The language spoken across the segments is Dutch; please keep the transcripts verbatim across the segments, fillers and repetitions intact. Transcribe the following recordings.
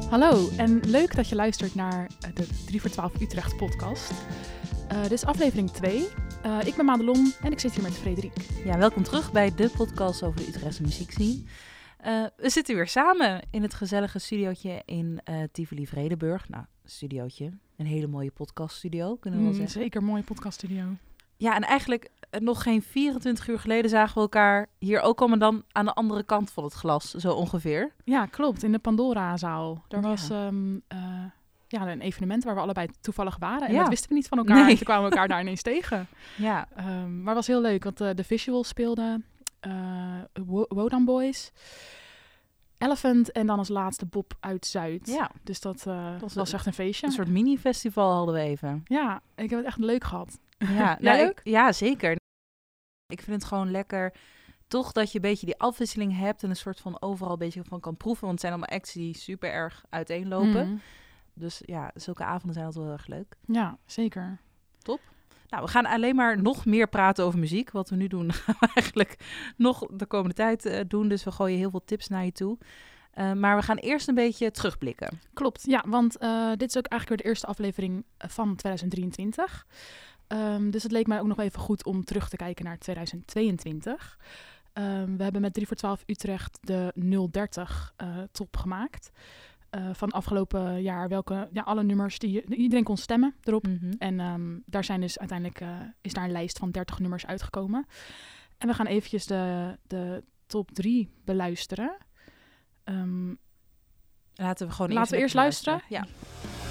Hallo en leuk dat je luistert naar de drie voor twaalf Utrecht podcast. Uh, dit is aflevering twee. Uh, ik ben Madelon en ik zit hier met Frederik. Ja, welkom terug bij de podcast over de Utrechtse muziekscene. Uh, we zitten weer samen in het gezellige studiootje in uh, Tivoli-Vredenburg. Nou, studiootje. Een hele mooie podcaststudio, kunnen we wel mm, zeggen. Zeker, een mooie podcaststudio. Ja, en eigenlijk uh, nog geen vierentwintig uur geleden zagen we elkaar hier ook al, maar dan aan de andere kant van het glas, zo ongeveer. Ja, klopt. In de Pandora-zaal. Daar Ja. was um, uh, ja, een evenement waar we allebei toevallig waren. En Ja. dat wisten we niet van elkaar. Nee. En toen kwamen we elkaar daar ineens tegen. Ja. Um, maar het was heel leuk, want uh, de visuals speelden. Uh, Wo- Wodan Boys. Elephant en dan als laatste Bob uit Zuid. Ja. Dus dat, uh, Dat was was echt een feestje. Een soort mini-festival hadden we even. Ja, ik heb het echt leuk gehad. Ja, Jij nou, ook? ik, ja, zeker. Ik vind het gewoon lekker, toch dat je een beetje die afwisseling hebt en een soort van overal een beetje van kan proeven. Want het zijn allemaal acts die super erg uiteenlopen. Mm. Dus ja, zulke avonden zijn altijd wel heel erg leuk. Ja, zeker. Nou, we gaan alleen maar nog meer praten over muziek. Wat we nu doen, gaan we eigenlijk nog de komende tijd uh, doen. Dus we gooien heel veel tips naar je toe. Uh, maar we gaan eerst een beetje terugblikken. Klopt, ja, want uh, dit is ook eigenlijk weer de eerste aflevering van twintig drieëntwintig. Um, dus het leek mij ook nog even goed om terug te kijken naar twintig tweeëntwintig. Um, we hebben met drie voor twaalf Utrecht de nul dertig uh, top gemaakt. Uh, van afgelopen jaar welke, ja, alle nummers die iedereen kon stemmen erop. Mm-hmm. En um, daar zijn dus uiteindelijk uh, is daar een lijst van dertig nummers uitgekomen. En we gaan eventjes de, de top drie beluisteren. Um, Laten we gewoon Laten we eerst luisteren. luisteren. Ja.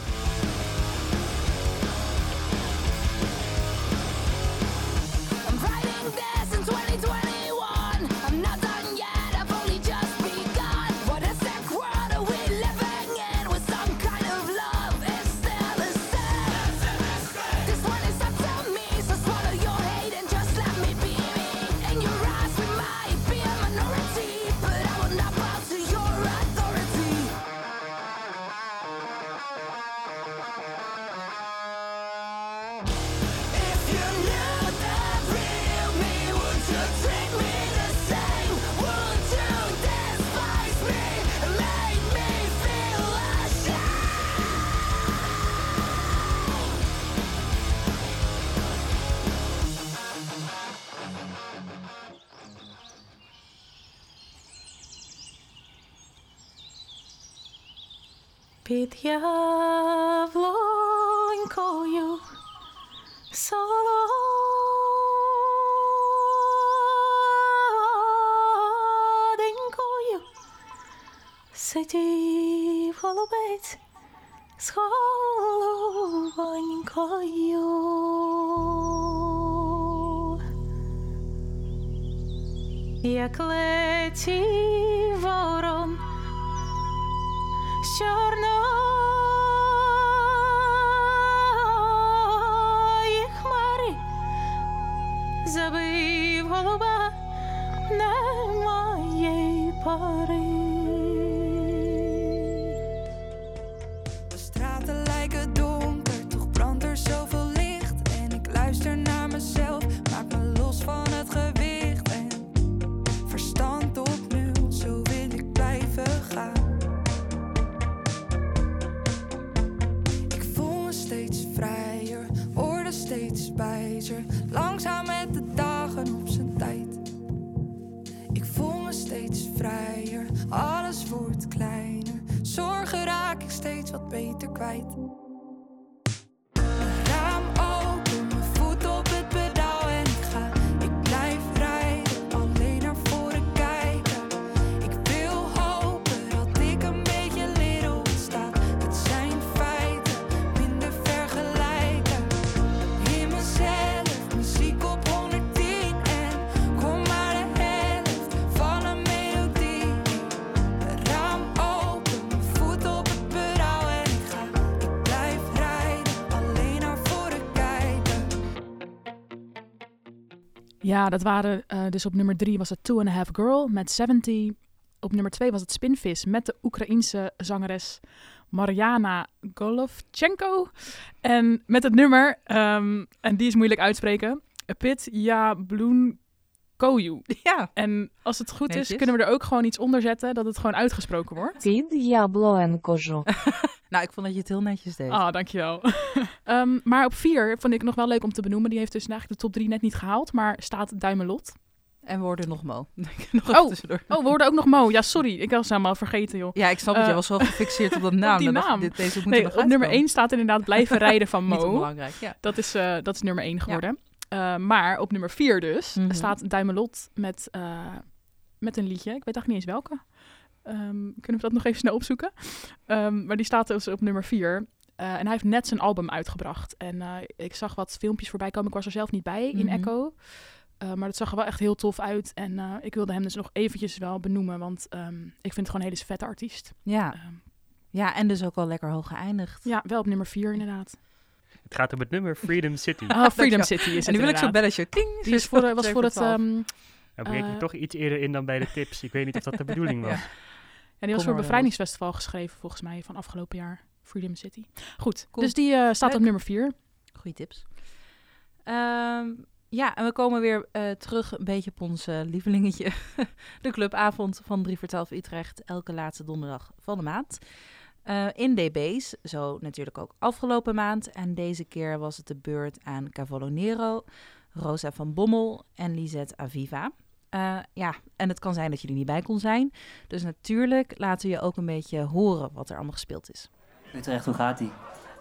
Pід яблонькою солоденькою сидів голубець з голубонькою. Як летів ворон з чорної хмари, забив голуба, немає пари. De straten lijken donker, toch brandt er zoveel licht. En ik luister naar mezelf, maak me los van het gewicht. En verstand op nul, zo wil ik blijven gaan. Vrijer, orde steeds wijzer, langzaam met de dagen op zijn tijd. Ik voel me steeds vrijer, alles wordt kleiner, zorgen raak ik steeds wat beter kwijt. Een raam open, mijn voet op het pedaal en ik ga, ik blijf rijden, alleen naar voren kijken. Ik wil hopen dat ik een beetje leer hoe het staat, het zijn feiten. Ja, dat waren uh, dus op nummer drie was het Two and a Half Girl met zeventig. Op nummer twee was het Spinvis met de Oekraïense zangeres Mariana Golovchenko. En met het nummer, um, en die is moeilijk uitspreken, Pit Jablonkoju. Koyu. Ja. En als het goed Netjes. is, kunnen we er ook gewoon iets onder zetten dat het gewoon uitgesproken wordt. Pід яблоен кожу. Nou, ik vond dat je het heel netjes deed. Ah, dankjewel. um, maar op vier vond ik nog wel leuk om te benoemen. Die heeft dus eigenlijk de top drie net niet gehaald, maar staat Duimelot. En we worden nog Mo. nog Oh. even tussendoor. Oh, we hoorden ook nog Mo. Ja, sorry. Ik was helemaal vergeten, joh. Ja, ik snap het. Uh, Jij was zo gefixeerd op dat naam. die Dan dacht ik, naam. dit, deze moet Nee, er nog op nummer uitkomen. één staat inderdaad blijven rijden van Niet Mo. onbelangrijk, ja. Dat is, uh, dat is nummer één geworden. Uh, maar op nummer vier dus Mhm. staat Duimelot met, uh, met een liedje. Ik weet eigenlijk niet eens welke. Um, kunnen we dat nog even snel opzoeken? Um, maar die staat dus op nummer vier. Uh, en hij heeft net zijn album uitgebracht. En uh, ik zag wat filmpjes voorbij komen. Ik was er zelf niet bij in Mhm. Echo. Uh, maar dat zag er wel echt heel tof uit. En uh, ik wilde hem dus nog eventjes wel benoemen. Want um, ik vind het gewoon een hele vette artiest. Ja. Um, ja, en dus ook wel lekker hoog geëindigd. ja, wel op nummer vier inderdaad. Het gaat om het nummer Freedom City. Ah, Freedom Dankjewel. City is het En nu wil ik zo'n inderdaad. belletje. Ting, Die is voor, de- was voor het... zeven Um, Nou breek ik Uh, toch iets eerder in dan bij de tips. Ik weet niet of dat de bedoeling was. Ja. Ja, die Kom was voor maar, het Bevrijdingsfestival geschreven, volgens mij, van afgelopen jaar. Freedom City. Goed, Cool. dus die uh, staat Leuk. op nummer vier. Goeie tips. Um, ja, en we komen weer uh, terug een beetje op ons uh, lievelingetje. De clubavond van drie voor twaalf Utrecht. Elke laatste donderdag van de maand. Uh, in D B's, zo natuurlijk ook afgelopen maand. En deze keer was het de beurt aan Cavallo Nero, Rosa van Bommel en Lisette Aviva. Uh, ja, en het kan zijn dat je er niet bij kon zijn. Dus natuurlijk laten we je ook een beetje horen wat er allemaal gespeeld is. Utrecht, hoe gaat ie?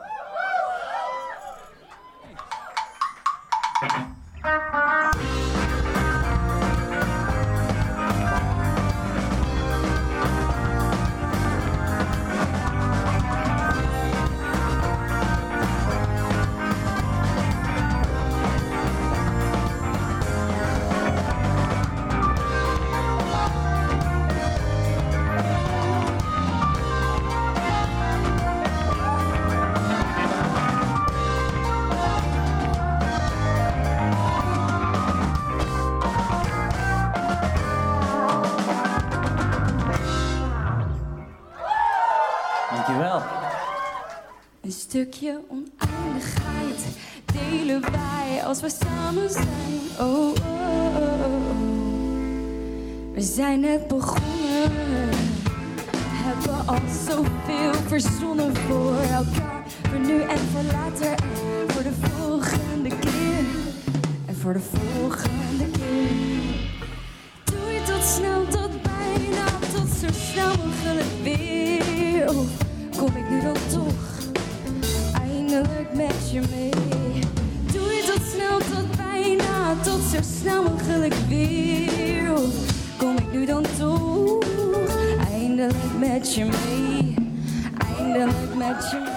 Dankjewel. Een stukje oneindigheid delen wij als we samen zijn. Oh, oh, oh, oh. We zijn net begonnen, hebben al zoveel verzonnen voor elkaar. Voor nu en voor later en voor de volgende keer. En voor de volgende keer. Doei tot snel, tot bijna, tot zo snel mogelijk weer. Of kom ik nu dan toch eindelijk met je mee? Doei tot snel, tot bijna, tot zo snel mogelijk weer. Of kom ik nu dan toch eindelijk met je mee? Eindelijk met je mee.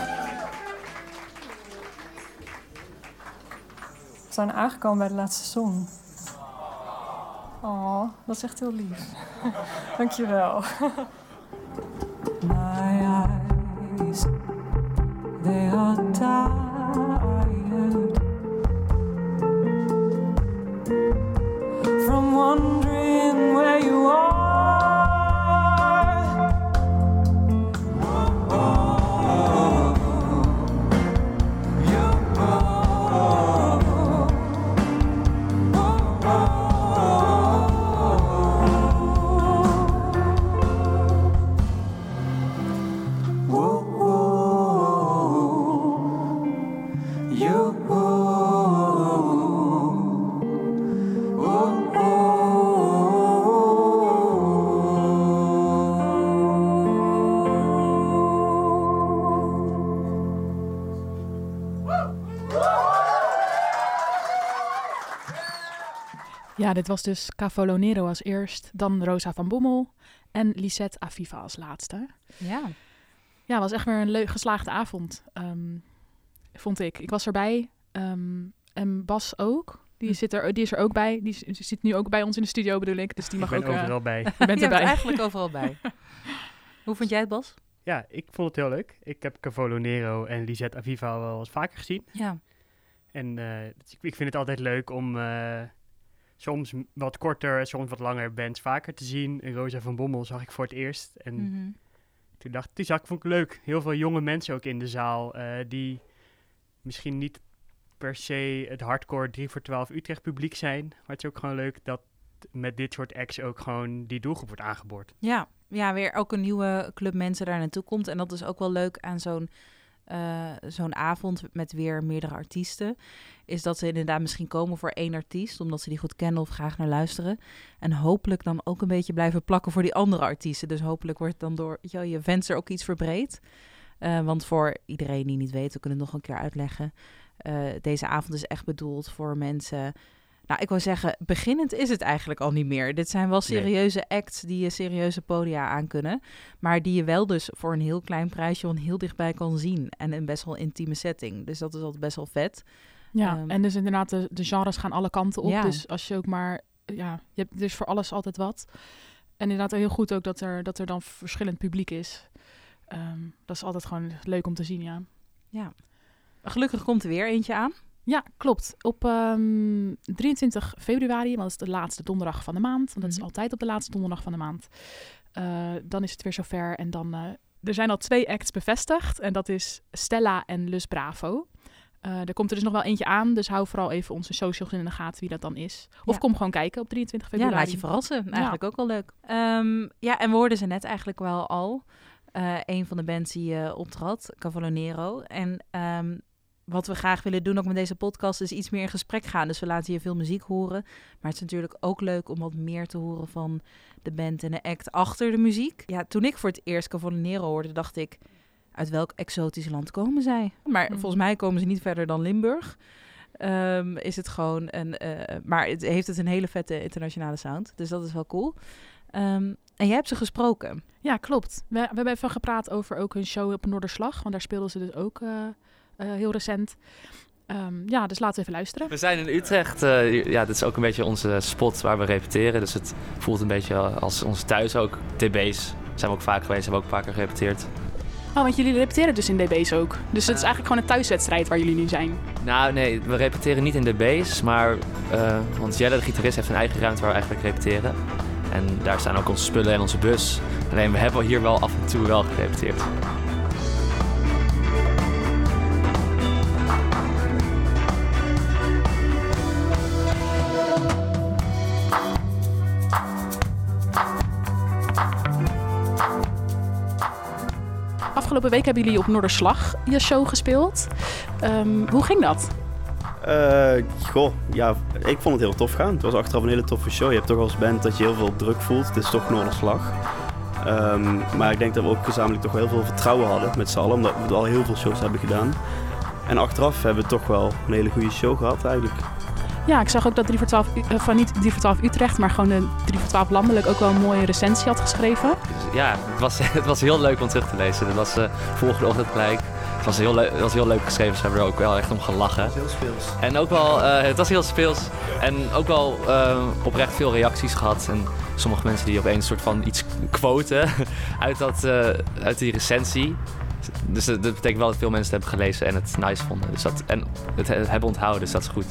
We zijn aangekomen bij de laatste song. Oh, dat is echt heel lief. Dankjewel. My eyes, they are tired from wondering where you are. Ja, dit was dus Cavallo Nero als eerst, dan Rosa van Bommel en Lisette Aviva als laatste. Ja. Ja, het was echt weer een leuk geslaagde avond, um, vond ik. Ik was erbij um, en Bas ook. Die, Hm. zit er, die is er ook bij. Die, die zit nu ook bij ons in de studio, bedoel ik. Dus die Ik mag ben ook... uh, overal bij. je bent Je bent erbij. eigenlijk overal bij. Hoe vond jij het, Bas? Ja, ik vond het heel leuk. Ik heb Cavallo Nero en Lisette Aviva al wel eens vaker gezien. Ja. En uh, ik, ik vind het altijd leuk om uh, soms wat korter, soms wat langer bands vaker te zien. En Rosa van Bommel zag ik voor het eerst. En Mm-hmm. toen dacht toen zag ik, vond ik leuk. Heel veel jonge mensen ook in de zaal. Uh, die misschien niet per se het hardcore drie voor twaalf Utrecht publiek zijn. Maar het is ook gewoon leuk dat met dit soort acts ook gewoon die doelgroep wordt aangeboord. Ja, ja, weer ook een nieuwe club mensen daar naartoe komt. En dat is ook wel leuk aan zo'n, uh, zo'n avond met weer meerdere artiesten. Is dat ze inderdaad misschien komen voor één artiest, omdat ze die goed kennen of graag naar luisteren. En hopelijk dan ook een beetje blijven plakken voor die andere artiesten. Dus hopelijk wordt dan door ja, je venster ook iets verbreed. Uh, want voor iedereen die niet weet, we kunnen het nog een keer uitleggen. Uh, deze avond is echt bedoeld voor mensen. Nou, ik wil zeggen, beginnend is het eigenlijk al niet meer. Dit zijn wel serieuze nee. acts die je serieuze podia aan kunnen. Maar die je wel dus voor een heel klein prijsje gewoon heel dichtbij kan zien. En een best wel intieme setting. Dus dat is altijd best wel vet. Ja, um, en dus inderdaad, de, de genres gaan alle kanten op. Ja. Dus als je ook maar, ja, je hebt dus voor alles altijd wat. En inderdaad heel goed ook dat er, dat er dan verschillend publiek is. Um, dat is altijd gewoon leuk om te zien, ja. Ja. Gelukkig komt er weer eentje aan. Ja, klopt. Op um, drieëntwintig februari, want dat is de laatste donderdag van de maand. Want dat mm-hmm. is altijd op de laatste donderdag van de maand. Uh, dan is het weer zover. En dan, uh, er zijn al twee acts bevestigd. En dat is Stella en Lus Bravo. Uh, er komt er dus nog wel eentje aan. Dus hou vooral even onze socials in de gaten wie dat dan is. Of ja. kom gewoon kijken op drieëntwintig februari. Ja, laat je verrassen. Eigenlijk ja. ook wel leuk. Um, ja, en we hoorden ze net eigenlijk wel al. Uh, een van de bands die uh, optrad, Cavalonero. En um, wat we graag willen doen ook met deze podcast is iets meer in gesprek gaan. Dus we laten hier veel muziek horen. Maar het is natuurlijk ook leuk om wat meer te horen van de band en de act achter de muziek. Ja, toen ik voor het eerst Cavalonero hoorde, dacht ik, uit welk exotisch land komen zij? Maar mm. volgens mij komen ze niet verder dan Limburg. Um, is het gewoon een, uh, maar het heeft het een hele vette internationale sound. Dus dat is wel cool. Um, en jij hebt ze gesproken. Ja, klopt. We, we hebben even gepraat over ook hun show op Noorderslag. Want daar speelden ze dus ook uh, uh, heel recent. Um, ja, dus laten we even luisteren. We zijn in Utrecht. Uh, ja, dit is ook een beetje onze spot waar we repeteren. Dus het voelt een beetje als onze thuis ook. D B's zijn we ook vaak geweest, hebben we ook vaker gerepeteerd. Oh, want jullie repeteren dus in D B's ook. Dus het is eigenlijk gewoon een thuiswedstrijd waar jullie nu zijn. Nou, nee, we repeteren niet in D B's. Maar, uh, want Jelle, de gitarist, heeft een eigen ruimte waar we eigenlijk repeteren. En daar staan ook onze spullen en onze bus. Alleen we hebben hier wel af en toe wel gerepeteerd. Afgelopen week hebben jullie op Noorderslag je show gespeeld. Um, hoe ging dat? Uh, goh, ja, ik vond het heel tof gaan. Het was achteraf een hele toffe show. Je hebt toch als band dat je heel veel druk voelt. Het is toch Noorderslag. Um, maar ik denk dat we ook gezamenlijk toch wel heel veel vertrouwen hadden met z'n allen. Omdat we al heel veel shows hebben gedaan. En achteraf hebben we toch wel een hele goede show gehad eigenlijk. Ja, ik zag ook dat drie voor twaalf, uh, van niet drie voor twaalf Utrecht, maar gewoon de drie voor twaalf landelijk ook wel een mooie recensie had geschreven. Ja, het was, het was heel leuk om terug te lezen. Het was uh, volgende ochtend gelijk. Het was, heel le- het was heel leuk geschreven, ze hebben er ook wel echt om gelachen. Het was heel speels. En ook wel, uh, het was heel speels. En ook wel uh, oprecht veel reacties gehad. En sommige mensen die opeens een soort van iets quoten uit, dat, uh, uit die recensie. Dus dat betekent wel dat veel mensen het hebben gelezen en het nice vonden. Dus dat, en het hebben onthouden, dus dat is goed.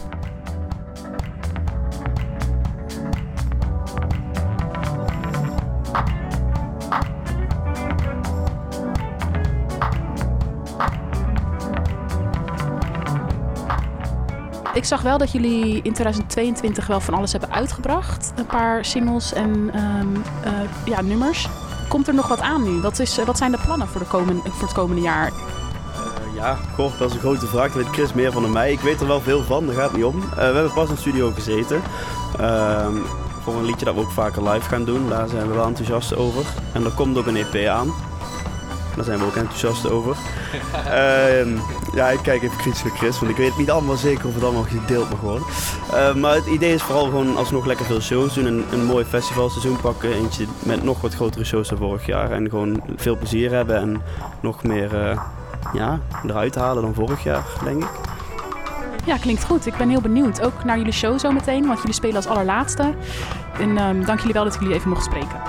Ik zag wel dat jullie in twintig tweeëntwintig wel van alles hebben uitgebracht. Een paar singles en um, uh, ja, nummers. Komt er nog wat aan nu? Wat, is, uh, wat zijn de plannen voor, de komen, voor het komende jaar? Uh, ja, goh, dat is een grote vraag. Daar weet Chris meer van dan mij. Ik weet er wel veel van, daar gaat het niet om. Uh, we hebben pas in de studio gezeten. Uh, voor een liedje dat we ook vaker live gaan doen. Daar zijn we wel enthousiast over. En er komt ook een E P aan. Daar zijn we ook enthousiast over. uh, ja, ik kijk even kritisch naar Chris, want ik weet niet allemaal zeker of het allemaal gedeeld mag worden. Uh, maar het idee is vooral gewoon alsnog lekker veel shows doen. Een, een mooi festivalseizoen pakken. Eentje met nog wat grotere shows dan vorig jaar. En gewoon veel plezier hebben en nog meer uh, ja, eruit halen dan vorig jaar, denk ik. Ja, klinkt goed. Ik ben heel benieuwd. Ook naar jullie show zo meteen, want jullie spelen als allerlaatste. En um, dank jullie wel dat jullie even mochten spreken.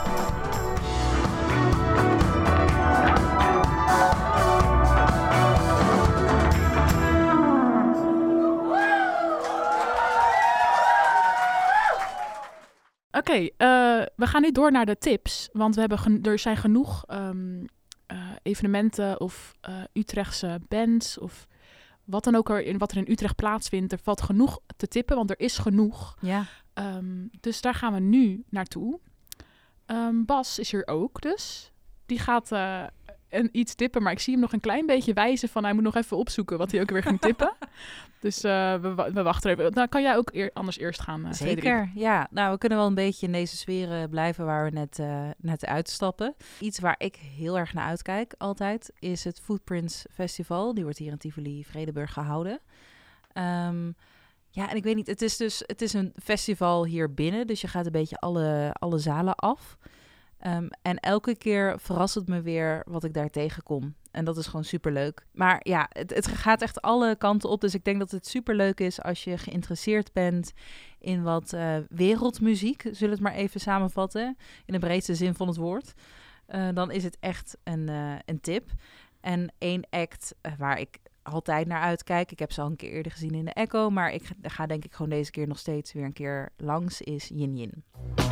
Oké, okay, uh, we gaan nu door naar de tips. Want we hebben gen- er zijn genoeg um, uh, evenementen of uh, Utrechtse bands of wat dan ook er in, wat er in Utrecht plaatsvindt. Er valt genoeg te tippen, want er is genoeg. Ja. Um, dus daar gaan we nu naartoe. Um, Bas is hier ook dus. Die gaat uh, een, iets tippen, maar ik zie hem nog een klein beetje wijzen van hij moet nog even opzoeken wat hij ook weer ging tippen. Dus uh, we, we wachten even. Dan kan jij ook eer, anders eerst gaan, uh, Zeker, Frederik. ja. Nou, we kunnen wel een beetje in deze sfeer uh, blijven waar we net, uh, net uitstappen. Iets waar ik heel erg naar uitkijk altijd is het Footprints Festival. Die wordt hier in Tivoli Vredenburg gehouden. Um, ja, en ik weet niet, het is dus het is een festival hier binnen, dus je gaat een beetje alle, alle zalen af. Um, en elke keer verrast het me weer wat ik daar tegenkom. En dat is gewoon superleuk. Maar ja, het, het gaat echt alle kanten op. Dus ik denk dat het superleuk is als je geïnteresseerd bent in wat uh, wereldmuziek, zullen we het maar even samenvatten, in de breedste zin van het woord. Uh, dan is het echt een, uh, een tip. En één act uh, waar ik altijd naar uitkijk, ik heb ze al een keer eerder gezien in de Echo, maar ik ga denk ik gewoon deze keer nog steeds weer een keer langs, is Yin Yin.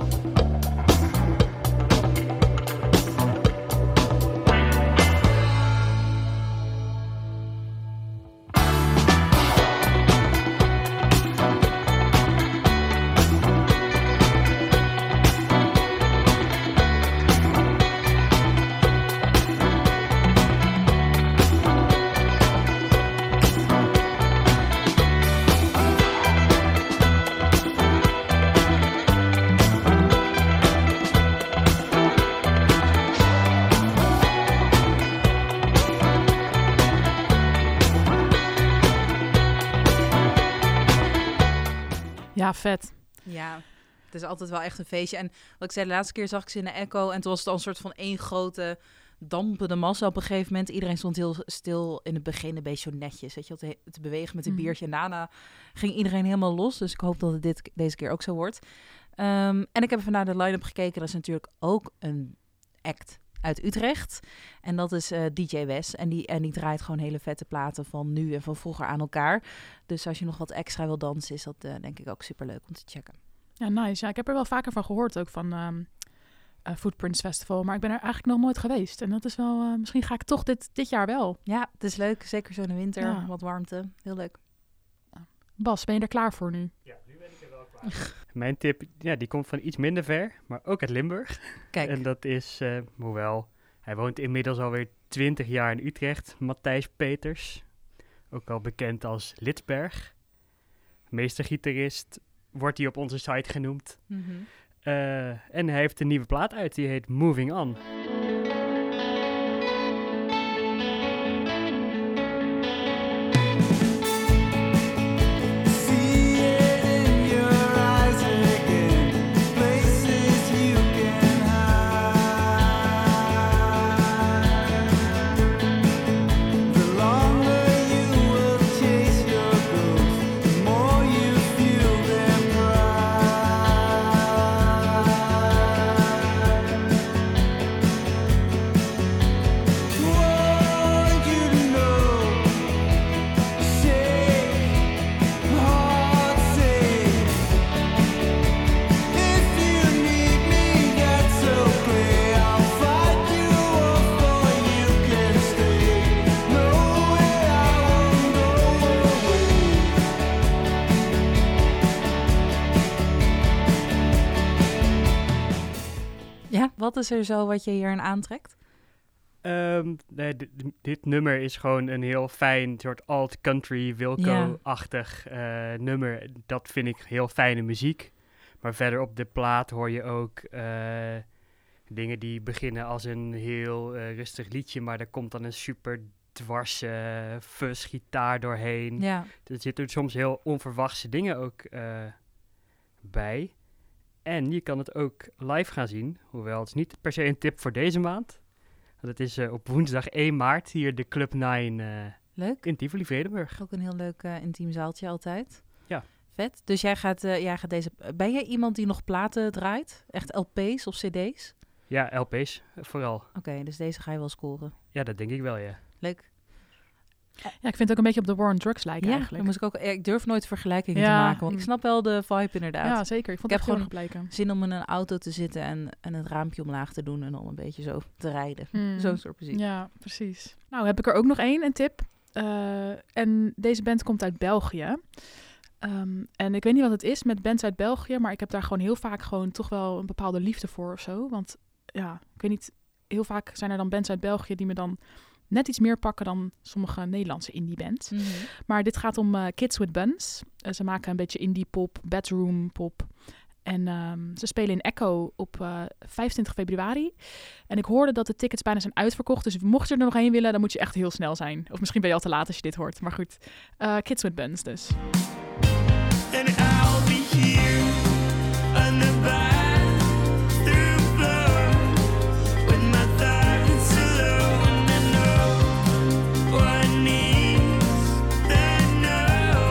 Ja, vet. Ja, het is altijd wel echt een feestje. En wat ik zei, de laatste keer zag ik ze in de Echo en toen was het al een soort van één grote dampende massa op een gegeven moment. Iedereen stond heel stil in het begin, een beetje zo netjes, weet je, te, te bewegen met een Mm. biertje. En daarna ging iedereen helemaal los, dus ik hoop dat het dit, deze keer ook zo wordt. Um, en ik heb even naar de line-up gekeken. Dat is natuurlijk ook een act uit Utrecht. En dat is uh, D J Wes. En die, en die draait gewoon hele vette platen van nu en van vroeger aan elkaar. Dus als je nog wat extra wil dansen, is dat uh, denk ik ook superleuk om te checken. Ja, nice. Ja, ik heb er wel vaker van gehoord ook van um, uh, Footprints Festival. Maar ik ben er eigenlijk nog nooit geweest. En dat is wel, uh, misschien ga ik toch dit, dit jaar wel. Ja, het is leuk. Zeker zo in de winter. Ja. Wat warmte. Heel leuk. Bas, ben je er klaar voor nu? Ja, nu ben ik er wel klaar voor. Mijn tip, ja, die komt van iets minder ver, maar ook uit Limburg. Kijk. En dat is, uh, hoewel, hij woont inmiddels alweer twintig jaar in Utrecht, Matthijs Peters. Ook wel bekend als Lidsberg. Meestergitarist wordt hij op onze site genoemd. Mm-hmm. Uh, en hij heeft een nieuwe plaat uit, die heet Moving On. Wat is er zo wat je hierin aantrekt? Um, nee, d- d- dit nummer is gewoon een heel fijn soort alt-country, Wilco-achtig uh, nummer. Dat vind ik heel fijne muziek. Maar verder op de plaat hoor je ook uh, dingen die beginnen als een heel uh, rustig liedje, maar er komt dan een super dwars uh, fuzz gitaar doorheen. Ja. Er zitten soms heel onverwachte dingen ook uh, bij. En je kan het ook live gaan zien, hoewel het is niet per se een tip voor deze maand. Want het is uh, op woensdag één maart hier de Club negen uh, Leuk. in Tivoli Vredenburg. Ook een heel leuk uh, intiem zaaltje altijd. Ja. Vet. Dus jij gaat, uh, jij gaat deze... Ben jij iemand die nog platen draait? Echt L P's of C D's? Ja, L P's vooral. Oké, okay, dus deze ga je wel scoren. Ja, dat denk ik wel, ja. Leuk. Ja, ik vind het ook een beetje op de War on Drugs lijken ja, eigenlijk. Moest ik, ook, ik durf nooit vergelijkingen ja. te maken, want ik snap wel de vibe inderdaad. Ja, zeker. Ik vond ik het heb gewoon blijken. blijken. Zin om in een auto te zitten en, en het raampje omlaag te doen en dan een beetje zo te rijden. Hmm. Zo'n soort muziek. Ja, precies. Nou, heb ik er ook nog één, een tip. Uh, en deze band komt uit België. Um, en ik weet niet wat het is met bands uit België, maar ik heb daar gewoon heel vaak gewoon toch wel een bepaalde liefde voor of zo. Want ja, ik weet niet, heel vaak zijn er dan bands uit België die me dan net iets meer pakken dan sommige Nederlandse indie bands. Mm-hmm. Maar dit gaat om uh, Kids with Buns. Uh, ze maken een beetje indie pop, bedroom pop. En um, ze spelen in Echo op uh, vijfentwintig februari. En ik hoorde dat de tickets bijna zijn uitverkocht. Dus mocht je er nog heen willen, dan moet je echt heel snel zijn. Of misschien ben je al te laat als je dit hoort. Maar goed, uh, Kids with Buns dus. And I'll be here on the bathroom floor with my thoughts alone. I know what needs to know.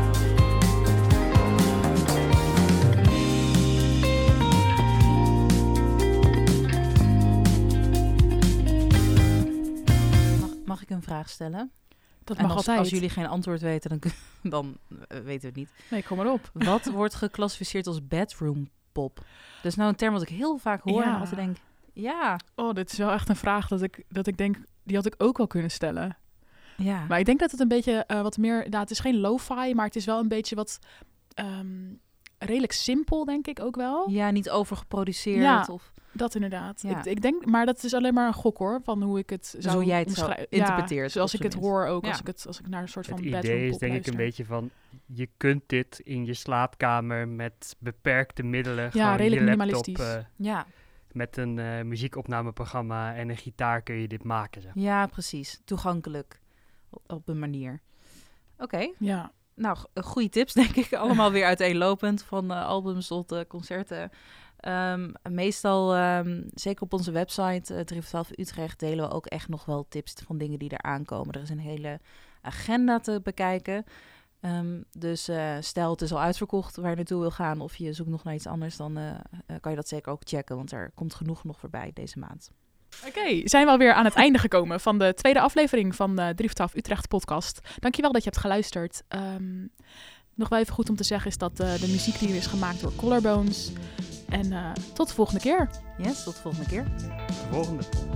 Mag, mag ik een vraag stellen? Dat en mag als, altijd. Als jullie geen antwoord weten, dan, dan uh, weten we het niet. Nee, kom maar op. Wat wordt geclassificeerd als bedroom pop? Dat is nou een term wat ik heel vaak hoor Ja. en altijd denk, ja. Oh, dit is wel echt een vraag dat ik, dat ik denk, die had ik ook wel kunnen stellen. Ja. Maar ik denk dat het een beetje uh, wat meer, nou, het is geen lo-fi, maar het is wel een beetje wat um, redelijk simpel, denk ik ook wel. Ja, niet overgeproduceerd. Ja, of... dat inderdaad. Ja. Ik, ik denk, maar dat is alleen maar een gok hoor, van hoe ik het zou hoe jij het zou omschrijven. interpreteert. Ja, zoals ik het hoor ook, ja. als, ik het, als ik naar een soort van Het bedroom idee is pop denk luister. ik een beetje van, je kunt dit in je slaapkamer met beperkte middelen, Ja, gewoon redelijk je laptop, minimalistisch. uh, Ja. met een uh, muziekopnameprogramma en een gitaar kun je dit maken. Zeg. Ja, precies. Toegankelijk. Op, op een manier. Oké. Okay. Ja. Nou, goede tips denk ik. Allemaal weer uiteenlopend. Van uh, albums tot uh, concerten. Um, meestal, um, zeker op onze website uh, drie voor twaalf Utrecht, delen we ook echt nog wel tips van dingen die er aankomen. Er is een hele agenda te bekijken. Um, dus uh, stel het is al uitverkocht waar je naartoe wil gaan of je zoekt nog naar iets anders, dan uh, uh, kan je dat zeker ook checken, want er komt genoeg nog voorbij deze maand. Oké, okay, zijn we alweer aan het einde gekomen van de tweede aflevering van de drie voor twaalf Utrecht podcast. Dankjewel dat je hebt geluisterd. Um, nog wel even goed om te zeggen is dat uh, de muziek die hier is gemaakt door Collarbones. En uh, tot de volgende keer. Yes, tot de volgende keer. Tot de volgende.